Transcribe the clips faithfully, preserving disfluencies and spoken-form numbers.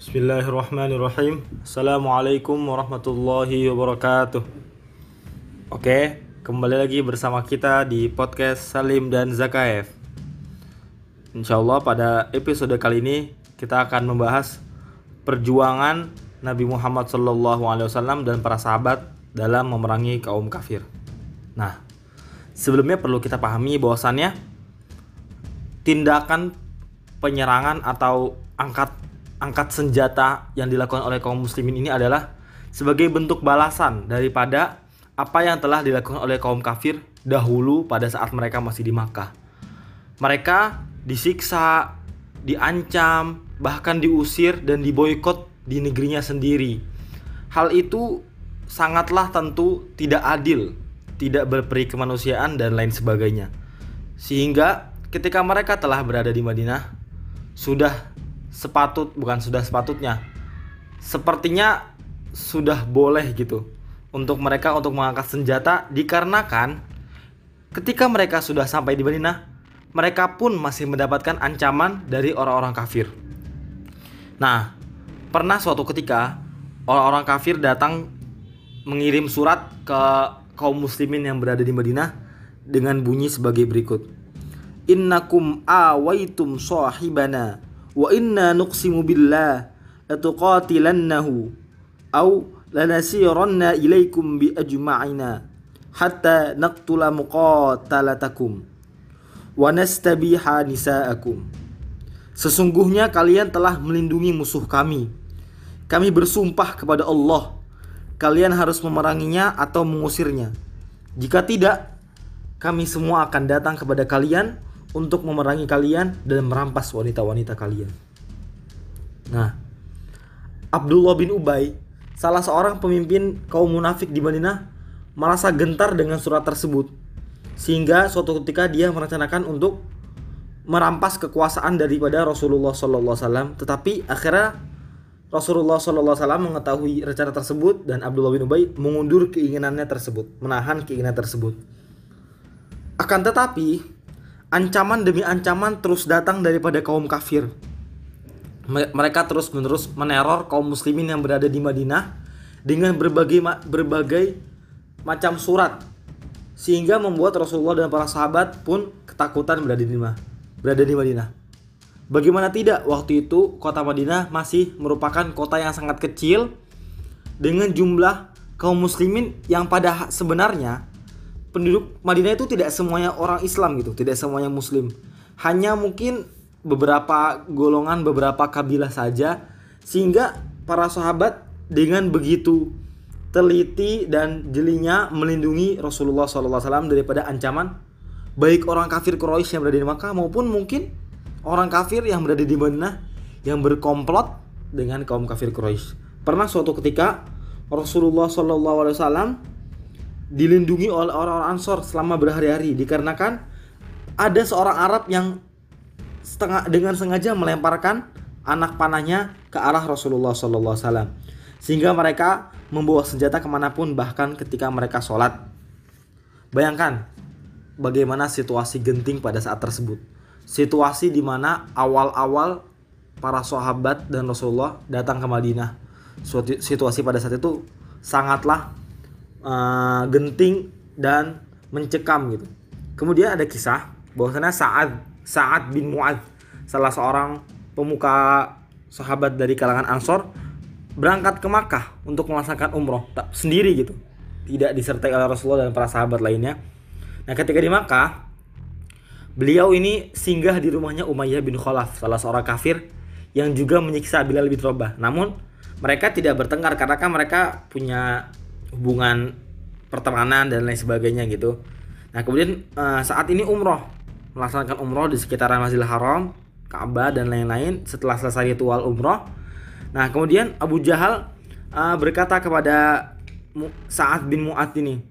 Bismillahirrahmanirrahim. Assalamualaikum warahmatullahi wabarakatuh. Oke, kembali lagi bersama kita di podcast Salim dan Zakaev. Insyaallah pada episode kali ini kita akan membahas perjuangan Nabi Muhammad shallallahu alaihi wasallam dan para sahabat dalam memerangi kaum kafir. Nah, sebelumnya perlu kita pahami bahwasannya tindakan penyerangan atau angkat angkat senjata yang dilakukan oleh kaum muslimin ini adalah sebagai bentuk balasan daripada apa yang telah dilakukan oleh kaum kafir dahulu pada saat mereka masih di Makkah. Mereka disiksa, diancam, bahkan diusir dan diboikot di negerinya sendiri. Hal itu sangatlah tentu tidak adil, tidak berperi kemanusiaan dan lain sebagainya. Sehingga ketika mereka telah berada di Madinah, sudah sepatut bukan sudah sepatutnya sepertinya sudah boleh gitu untuk mereka untuk mengangkat senjata, dikarenakan ketika mereka sudah sampai di Madinah, mereka pun masih mendapatkan ancaman dari orang-orang kafir. Nah, pernah suatu ketika orang-orang kafir datang mengirim surat ke kaum muslimin yang berada di Madinah dengan bunyi sebagai berikut: Innakum awaitum sahibana wa inna nuqsimu billah atuqatilannahu au lanasiranna ilaikum bi ajma'ina hatta naqtula muqatalatakum wa nastabiha nisa'akum. Sesungguhnya kalian telah melindungi musuh kami. Kami bersumpah kepada Allah, kalian harus memeranginya atau mengusirnya. Jika tidak, kami semua akan datang kepada kalian untuk memerangi kalian dan merampas wanita-wanita kalian. Nah, Abdullah bin Ubay, salah seorang pemimpin kaum munafik di Madinah, merasa gentar dengan surat tersebut, sehingga suatu ketika dia merencanakan untuk merampas kekuasaan daripada Rasulullah shallallahu alaihi wasallam. Tetapi akhirnya Rasulullah shallallahu alaihi wasallam mengetahui rencana tersebut dan Abdullah bin Ubay mengundur keinginannya tersebut, menahan keinginan tersebut. Akan tetapi ancaman demi ancaman terus datang daripada kaum kafir. Mereka terus menerus meneror kaum muslimin yang berada di Madinah dengan berbagai berbagai macam surat, sehingga membuat Rasulullah dan para sahabat pun ketakutan berada di berada di Madinah. Bagaimana tidak, waktu itu kota Madinah masih merupakan kota yang sangat kecil dengan jumlah kaum muslimin yang pada sebenarnya penduduk Madinah itu tidak semuanya orang Islam gitu, tidak semuanya Muslim. Hanya mungkin beberapa golongan, beberapa kabilah saja. Sehingga para sahabat dengan begitu teliti dan jelinya melindungi Rasulullah shallallahu alaihi wasallam daripada ancaman baik orang kafir Quraisy yang berada di Makkah maupun mungkin orang kafir yang berada di Madinah yang berkomplot dengan kaum kafir Quraisy. Pernah suatu ketika Rasulullah shallallahu alaihi wasallam dilindungi oleh orang-orang Ansor selama berhari-hari, dikarenakan ada seorang Arab yang setengah dengan sengaja melemparkan anak panahnya ke arah Rasulullah shallallahu alaihi wasallam, sehingga mereka membawa senjata kemanapun, bahkan ketika mereka sholat. Bayangkan bagaimana situasi genting pada saat tersebut, situasi di mana awal-awal para sahabat dan Rasulullah datang ke Madinah. Situasi pada saat itu sangatlah Uh, genting dan mencekam gitu. Kemudian ada kisah bahwasanya Sa'ad Sa'ad bin Mu'adz, salah seorang pemuka sahabat dari kalangan Ansor, berangkat ke Makkah untuk melaksanakan umroh tak, sendiri gitu, tidak disertai oleh Rasulullah dan para sahabat lainnya. Nah, ketika di Makkah, beliau ini singgah di rumahnya Umayyah bin Khalaf, salah seorang kafir yang juga menyiksa Bilal bin Rabah. Namun mereka tidak bertengkar karena kan mereka punya hubungan pertemanan dan lain sebagainya gitu. Nah, kemudian uh, saat ini umroh, melaksanakan umroh di sekitaran Masjidil Haram, Ka'bah dan lain-lain. Setelah selesai ritual umroh, nah kemudian Abu Jahal uh, berkata kepada Sa'ad bin Mu'adz ini,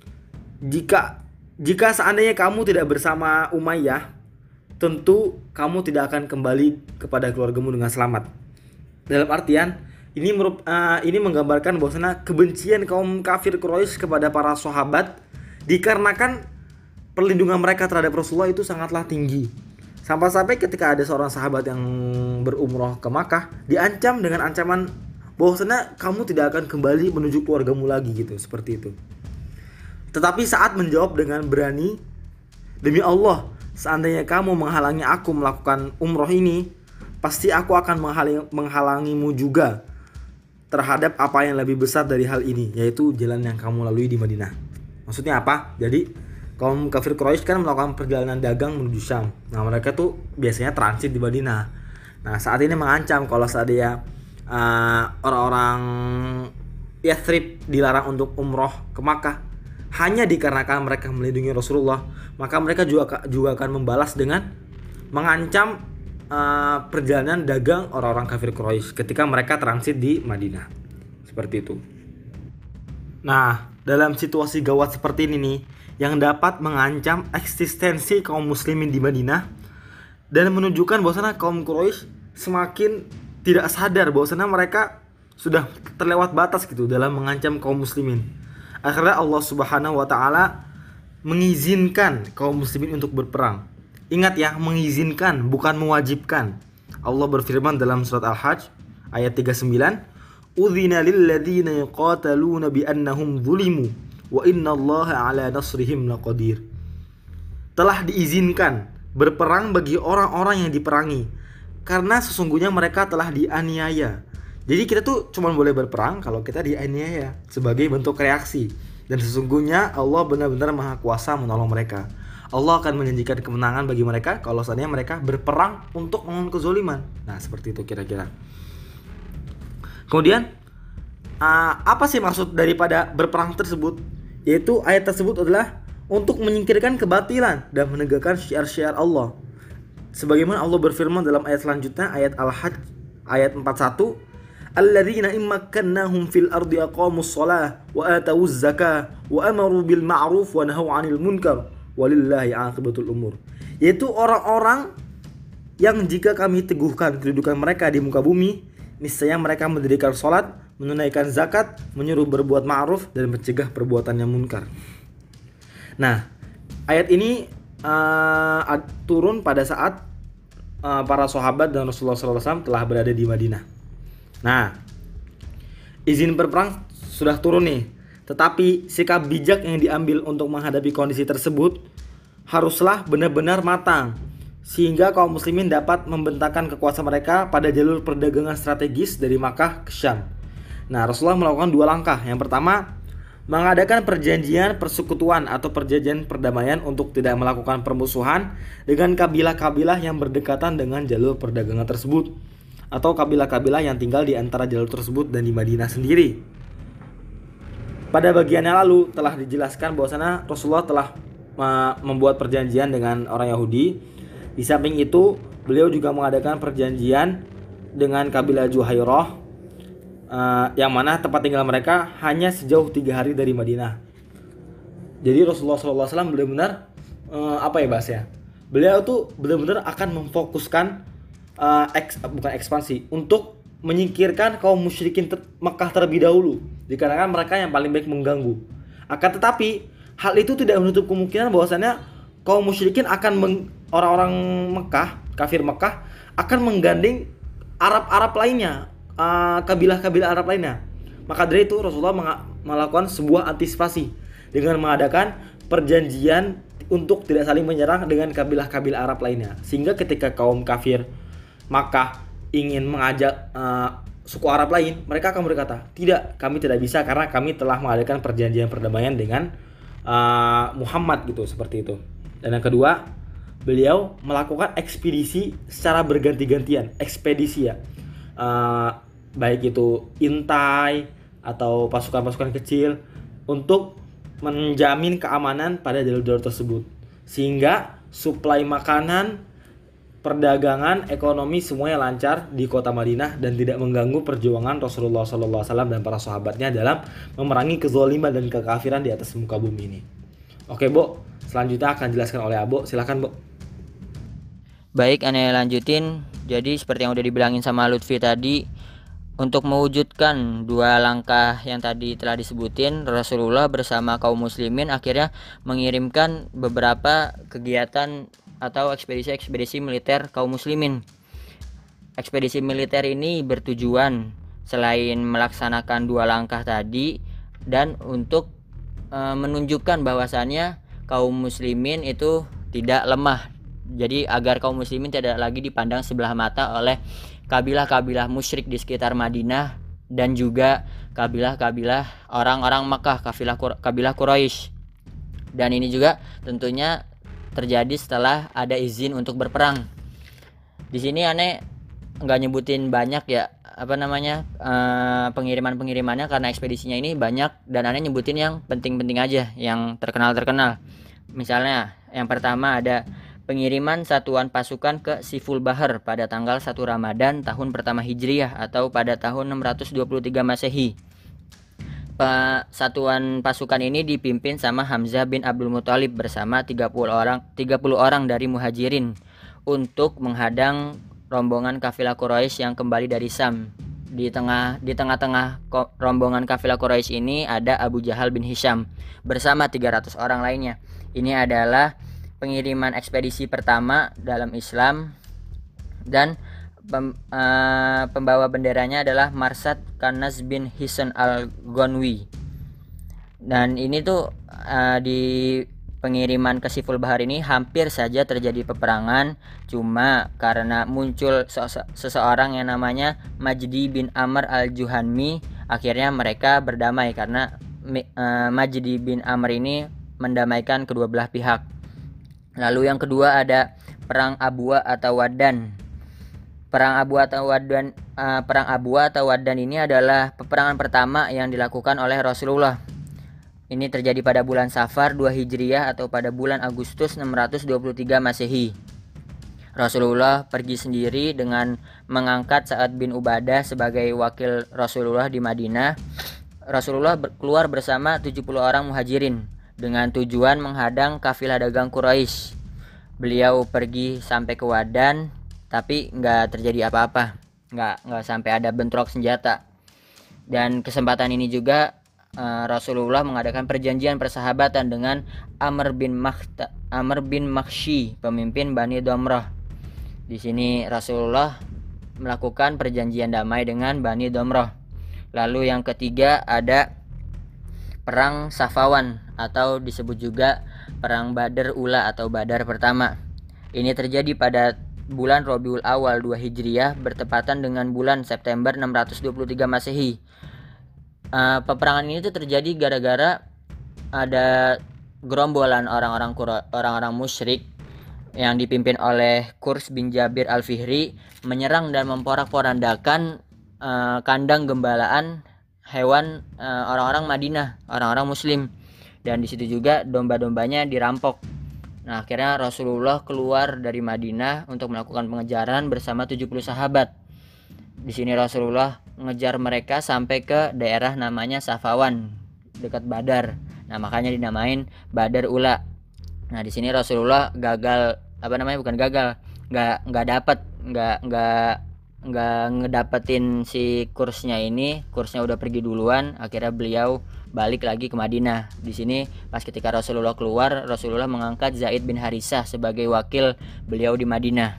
jika jika seandainya kamu tidak bersama Umayyah, tentu kamu tidak akan kembali kepada keluargamu dengan selamat. Dalam artian Ini merup, uh, ini menggambarkan bahwasanya kebencian kaum kafir Quraisy kepada para sahabat dikarenakan perlindungan mereka terhadap Rasulullah itu sangatlah tinggi. Sampai-sampai ketika ada seorang sahabat yang berumroh ke Makkah diancam dengan ancaman bahwasanya kamu tidak akan kembali menuju keluargamu lagi gitu, seperti itu. Tetapi saat menjawab dengan berani, demi Allah, seandainya kamu menghalangi aku melakukan umroh ini, pasti aku akan menghalangi, menghalangimu juga terhadap apa yang lebih besar dari hal ini, yaitu jalan yang kamu lalui di Madinah. Maksudnya apa? Jadi kaum kafir Quraisy kan melakukan perjalanan dagang menuju Syam. Nah, mereka tuh biasanya transit di Madinah. Nah, saat ini mengancam kalau seandainya uh, orang-orang Yathrib dilarang untuk umroh ke Makkah hanya dikarenakan mereka melindungi Rasulullah, maka mereka juga juga akan membalas dengan mengancam uh, perjalanan dagang orang-orang kafir Quraisy ketika mereka transit di Madinah. Seperti itu. Nah, dalam situasi gawat seperti ini nih, yang dapat mengancam eksistensi kaum muslimin di Madinah dan menunjukkan bahwasanya kaum Quraisy semakin tidak sadar bahwasanya mereka sudah terlewat batas gitu dalam mengancam kaum muslimin. Akhirnya Allah Subhanahu wa taala mengizinkan kaum muslimin untuk berperang. Ingat ya, mengizinkan bukan mewajibkan. Allah berfirman dalam surat Al-Hajj ayat tiga puluh sembilan, "Udzina lil ladzina yuqataluna bi annahum zulimu wa innallaha ala nasrihim laqadir." Telah diizinkan berperang bagi orang-orang yang diperangi karena sesungguhnya mereka telah dianiaya. Jadi kita tuh cuma boleh berperang kalau kita dianiaya sebagai bentuk reaksi. Dan sesungguhnya Allah benar-benar maha kuasa menolong mereka. Allah akan menjanjikan kemenangan bagi mereka kalau seandainya mereka berperang untuk melawan kezaliman. Nah, seperti itu kira-kira. Kemudian uh, apa sih maksud daripada berperang tersebut? Yaitu ayat tersebut adalah untuk menyingkirkan kebatilan dan menegakkan syiar-syiar Allah. Sebagaimana Allah berfirman dalam ayat selanjutnya, ayat Al-Hajj ayat empat puluh satu, alladzina immakkannahum fil ardi aqamus shalah wa atawuz zakah wa amaru bil ma'ruf wa nahaw 'anil munkar walillahi 'aqibatul umur. Yaitu orang-orang yang jika kami teguhkan kedudukan mereka di muka bumi, niscaya mereka mendirikan salat, menunaikan zakat, menyuruh berbuat ma'ruf dan mencegah perbuatan yang munkar. Nah, ayat ini uh, turun pada saat uh, para sahabat dan Rasulullah shallallahu alaihi wasallam telah berada di Madinah. Nah, izin berperang sudah turun nih. Tetapi sikap bijak yang diambil untuk menghadapi kondisi tersebut haruslah benar-benar matang, sehingga kaum muslimin dapat membentangkan kekuasaan mereka pada jalur perdagangan strategis dari Makkah ke Syam. Nah, Rasulullah melakukan dua langkah. Yang pertama, mengadakan perjanjian persekutuan atau perjanjian perdamaian untuk tidak melakukan permusuhan dengan kabilah-kabilah yang berdekatan dengan jalur perdagangan tersebut, atau kabilah-kabilah yang tinggal di antara jalur tersebut dan di Madinah sendiri. Pada bagian yang lalu telah dijelaskan bahwasanya Rasulullah telah membuat perjanjian dengan orang Yahudi. Di samping itu, beliau juga mengadakan perjanjian dengan kabilah Juhairah, uh, yang mana tempat tinggal mereka hanya sejauh tiga hari dari Madinah. Jadi Rasulullah shallallahu alaihi wasallam benar-benar uh, apa ya bahasnya? Beliau tuh benar-benar akan memfokuskan Uh, eks, bukan ekspansi untuk menyingkirkan kaum musyrikin ter- Mekah terlebih dahulu, dikarenakan mereka yang paling baik mengganggu. Akan tetapi hal itu tidak menutup kemungkinan bahwasannya kaum musyrikin akan meng- orang-orang Mekah, kafir Mekah akan menggandeng Arab-Arab lainnya, uh, kabilah-kabilah Arab lainnya. Maka dari itu Rasulullah meng- melakukan sebuah antisipasi dengan mengadakan perjanjian untuk tidak saling menyerang dengan kabilah-kabilah Arab lainnya, sehingga ketika kaum kafir Makkah ingin mengajak uh, suku Arab lain, mereka akan berkata, tidak, kami tidak bisa karena kami telah mengadakan perjanjian perdamaian dengan uh, Muhammad gitu, seperti itu. Dan yang kedua, beliau melakukan ekspedisi secara berganti-gantian, ekspedisi ya, uh, baik itu intai atau pasukan-pasukan kecil untuk menjamin keamanan pada jalur-jalur tersebut, sehingga suplai makanan, perdagangan, ekonomi semuanya lancar di kota Madinah dan tidak mengganggu perjuangan Rasulullah shallallahu alaihi wasallam dan para sahabatnya dalam memerangi kezaliman dan kekafiran di atas muka bumi ini. Oke, Bo, selanjutnya akan dijelaskan oleh Abo. Silakan, Bo. Baik, Ane lanjutin. Jadi seperti yang udah dibilangin sama Lutfi tadi, untuk mewujudkan dua langkah yang tadi telah disebutin, Rasulullah bersama kaum muslimin akhirnya mengirimkan beberapa kegiatan atau ekspedisi-ekspedisi militer kaum muslimin. Ekspedisi militer ini bertujuan selain melaksanakan dua langkah tadi dan untuk e, menunjukkan bahwasannya kaum muslimin itu tidak lemah. Jadi agar kaum muslimin tidak lagi dipandang sebelah mata oleh kabilah-kabilah musyrik di sekitar Madinah dan juga kabilah-kabilah orang-orang Makkah, kabilah kabilah Quraisy. Dan ini juga tentunya terjadi setelah ada izin untuk berperang. Di sini aneh nggak nyebutin banyak ya apa namanya uh, pengiriman-pengirimannya karena ekspedisinya ini banyak dan aneh nyebutin yang penting-penting aja, yang terkenal-terkenal. Misalnya yang pertama ada pengiriman satuan pasukan ke Siful Bahar pada tanggal satu Ramadan tahun pertama Hijriyah atau pada tahun enam ratus dua puluh tiga Masehi. Satuan pasukan ini dipimpin sama Hamzah bin Abdul Muthalib bersama tiga puluh orang tiga puluh orang dari Muhajirin untuk menghadang rombongan kafilah Quraisy yang kembali dari Sam. Di tengah di tengah-tengah rombongan kafilah Quraisy ini ada Abu Jahal bin Hisham bersama tiga ratus orang lainnya. Ini adalah pengiriman ekspedisi pertama dalam Islam dan pem, uh, pembawa benderanya adalah Marsad Kanaz bin Hisan al-Ghanwi. Dan ini tuh uh, di pengiriman ke Siful Bahar ini hampir saja terjadi peperangan, cuma karena muncul sese- seseorang yang namanya Majdi bin Amr al-Juhanmi, akhirnya mereka berdamai karena uh, Majdi bin Amr ini mendamaikan kedua belah pihak. Lalu yang kedua ada perang Abwa atau Waddan. Perang Abwa atau Waddan uh, perang Abwa atau Waddan ini adalah peperangan pertama yang dilakukan oleh Rasulullah. Ini terjadi pada bulan Safar dua Hijriyah atau pada bulan Agustus enam ratus dua puluh tiga Masehi. Rasulullah pergi sendiri dengan mengangkat Sa'ad bin Ubadah sebagai wakil Rasulullah di Madinah. Rasulullah ber- keluar bersama tujuh puluh orang muhajirin dengan tujuan menghadang kafilah dagang Quraisy. Beliau pergi sampai ke Waddan, tapi nggak terjadi apa-apa, nggak nggak sampai ada bentrok senjata. Dan kesempatan ini juga uh, Rasulullah mengadakan perjanjian persahabatan dengan Amr bin Makhta, Amr bin Makhshi, pemimpin Bani Domrah. Di sini Rasulullah melakukan perjanjian damai dengan Bani Domrah. Lalu yang ketiga ada Perang Safawan atau disebut juga Perang Badar Ula atau Badar pertama. Ini terjadi pada bulan Rabiul Awal dua Hijriyah bertepatan dengan bulan September enam ratus dua puluh tiga Masehi. Uh, peperangan ini tuh terjadi gara-gara ada gerombolan orang-orang orang-orang musyrik yang dipimpin oleh Qurs bin Jabir Al-Fihri menyerang dan memporak-porandakan uh, kandang gembalaan hewan uh, orang-orang Madinah, orang-orang Muslim, dan di situ juga domba-dombanya dirampok. Nah, akhirnya Rasulullah keluar dari Madinah untuk melakukan pengejaran bersama tujuh puluh sahabat. Di sini Rasulullah mengejar mereka sampai ke daerah namanya Safawan dekat Badar. Nah, makanya dinamain Badar Ula. Nah, di sini Rasulullah gagal, apa namanya bukan gagal, nggak nggak dapat, nggak nggak nggak ngedapetin si kursnya ini, kursnya udah pergi duluan. Akhirnya beliau balik lagi ke Madinah. Di sini pas ketika Rasulullah keluar, Rasulullah mengangkat Zaid bin Harisah sebagai wakil beliau di Madinah.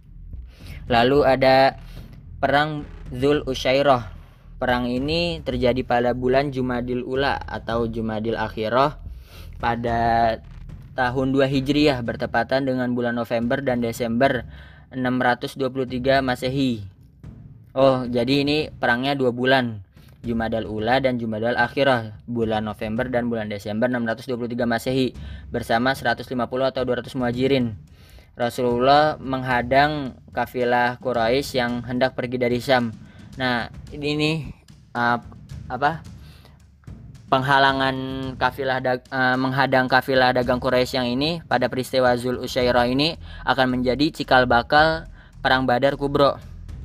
Lalu ada perang Dzul Usyairah. Perang ini terjadi pada bulan Jumadil Ula atau Jumadil Akhirah pada tahun dua Hijriyah bertepatan dengan bulan November dan Desember enam ratus dua puluh tiga Masehi. Oh, jadi ini perangnya dua bulan, Jumadal Ula dan Jumadal Akhirah, bulan November dan bulan Desember enam ratus dua puluh tiga Masehi bersama seratus lima puluh atau dua ratus muhajirin. Rasulullah menghadang kafilah Quraisy yang hendak pergi dari Syam. Nah, ini nih uh, apa? Penghalangan kafilah dag, uh, menghadang kafilah dagang Quraisy yang ini pada peristiwa Dzul Usyairah ini akan menjadi cikal bakal perang Badar Kubro.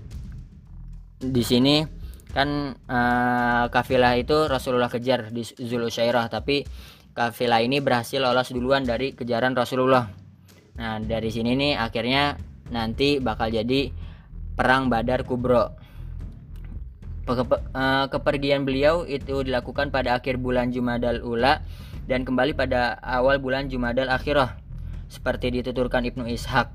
Di sini kan uh, kafilah itu Rasulullah kejar di Dzul Usyairah, tapi kafilah ini berhasil lolos duluan dari kejaran Rasulullah. Nah, dari sini nih akhirnya nanti bakal jadi perang Badar Kubro. Kepe, uh, kepergian beliau itu dilakukan pada akhir bulan Jumadal Ula dan kembali pada awal bulan Jumadal Akhirah. seperti dituturkan Ibnu Ishaq.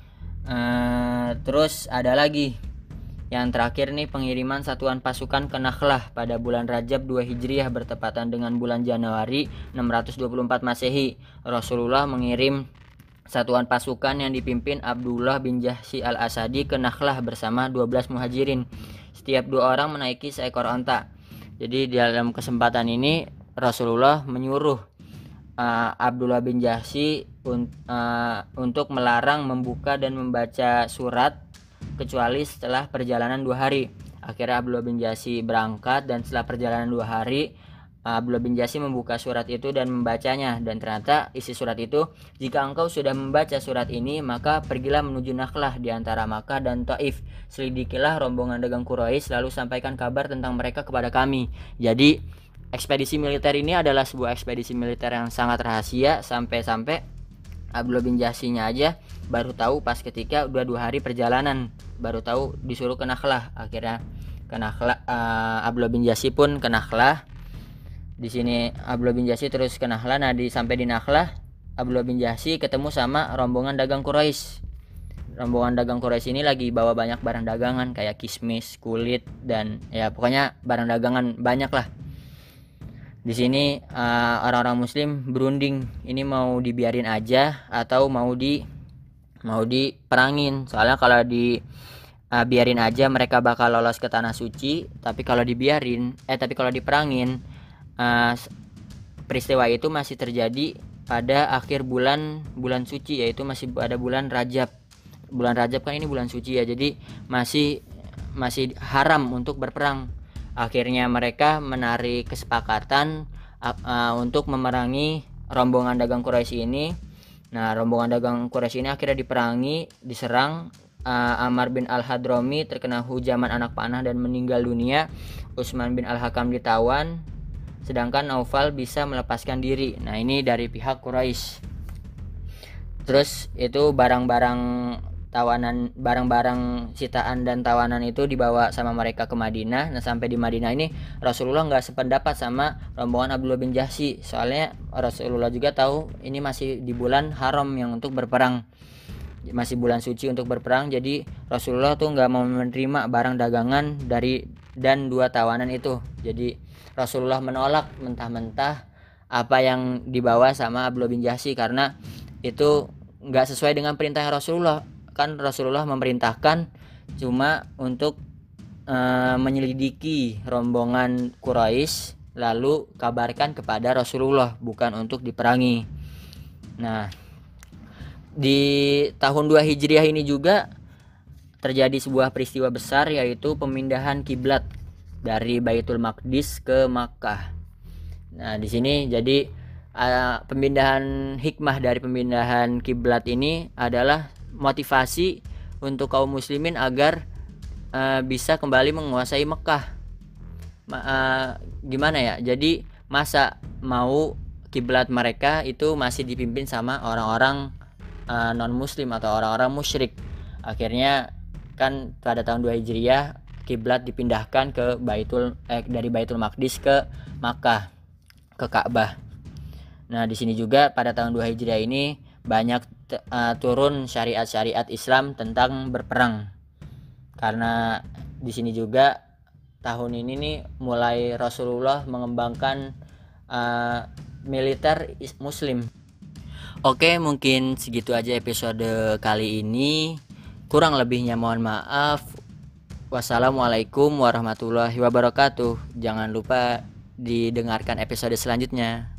Uh, terus ada lagi yang terakhir nih, pengiriman satuan pasukan ke Nakhlah pada bulan Rajab dua Hijriah bertepatan dengan bulan Januari enam ratus dua puluh empat Masehi. Rasulullah mengirim satuan pasukan yang dipimpin Abdullah bin Jahsy al-Asadi ke Nakhlah bersama dua belas muhajirin. Setiap dua orang menaiki seekor onta. Jadi dalam kesempatan ini Rasulullah menyuruh uh, Abdullah bin Jahsy un, uh, untuk melarang membuka dan membaca surat kecuali setelah perjalanan dua hari. Akhirnya Abdullah bin Jahsy berangkat, dan setelah perjalanan dua hari Abdullah bin Jahsy membuka surat itu dan membacanya, dan ternyata isi surat itu, jika engkau sudah membaca surat ini, maka pergilah menuju Nakhlah di antara Makkah dan Taif. Selidikilah rombongan dagang Quraisy, lalu sampaikan kabar tentang mereka kepada kami. Jadi ekspedisi militer ini adalah sebuah ekspedisi militer yang sangat rahasia, sampai-sampai Abdullah bin Jahsy-nya aja baru tahu pas ketika udah dua hari perjalanan, baru tahu disuruh ke Nakhlah. Akhirnya ke Nakhlah, uh, Abdullah bin Jahsy pun ke Nakhlah. Di sini Abdullah bin Jahsy terus ke Nakhlah. Nah, di sampai di Nakhlah, Abdullah bin Jahsy ketemu sama rombongan dagang Quraisy. Rombongan dagang Quraisy ini lagi bawa banyak barang dagangan kayak kismis, kulit, dan ya pokoknya barang dagangan banyak lah. Di sini uh, orang-orang Muslim berunding, ini mau dibiarin aja atau mau di mau diperangin. Soalnya kalau di uh, biarin aja mereka bakal lolos ke tanah suci, tapi kalau dibiarin, eh tapi kalau diperangin, uh, peristiwa itu masih terjadi pada akhir bulan bulan suci, yaitu masih pada bulan Rajab. Bulan Rajab kan ini bulan suci ya, jadi masih masih haram untuk berperang. Akhirnya mereka menarik kesepakatan uh, uh, untuk memerangi rombongan dagang Quraisy ini. Nah, rombongan dagang Quraisy ini akhirnya diperangi, diserang. uh, Amr bin Al-Hadrami terkena hujaman anak panah dan meninggal dunia. Utsman bin Al-Hakam ditawan, sedangkan Naufal bisa melepaskan diri. Nah, ini dari pihak Quraisy. Terus itu barang-barang tawanan, barang-barang sitaan dan tawanan itu dibawa sama mereka ke Madinah. Nah, sampai di Madinah ini Rasulullah nggak sependapat sama rombongan Abdullah bin Jahsy, soalnya Rasulullah juga tahu ini masih di bulan haram yang untuk berperang, masih bulan suci untuk berperang. Jadi Rasulullah tuh nggak mau menerima barang dagangan dari dan dua tawanan itu. Jadi Rasulullah menolak mentah-mentah apa yang dibawa sama Abdullah bin Jahsy, karena itu nggak sesuai dengan perintah Rasulullah. Kan Rasulullah memerintahkan cuma untuk e, menyelidiki rombongan Quraisy, lalu kabarkan kepada Rasulullah, bukan untuk diperangi. Nah, di tahun dua Hijriah ini juga terjadi sebuah peristiwa besar, yaitu pemindahan kiblat dari Baitul Maqdis ke Makkah. Nah, di sini jadi uh, pemindahan hikmah dari pemindahan kiblat ini adalah motivasi untuk kaum muslimin agar uh, bisa kembali menguasai Mekah. Uh, gimana ya? Jadi masa mau kiblat mereka itu masih dipimpin sama orang-orang uh, non muslim atau orang-orang musyrik. Akhirnya kan pada tahun dua Hijriah kiblat dipindahkan ke Baitul eh, dari Baitul Maqdis ke Makkah, ke Ka'bah. Nah, di sini juga pada tahun dua Hijriah ini banyak Uh, turun syariat-syariat Islam tentang berperang, karena di sini juga tahun ini nih mulai Rasulullah mengembangkan uh, militer Muslim. Oke, mungkin segitu aja episode kali ini. Kurang lebihnya mohon maaf. Wassalamualaikum warahmatullahi wabarakatuh. Jangan lupa didengarkan episode selanjutnya.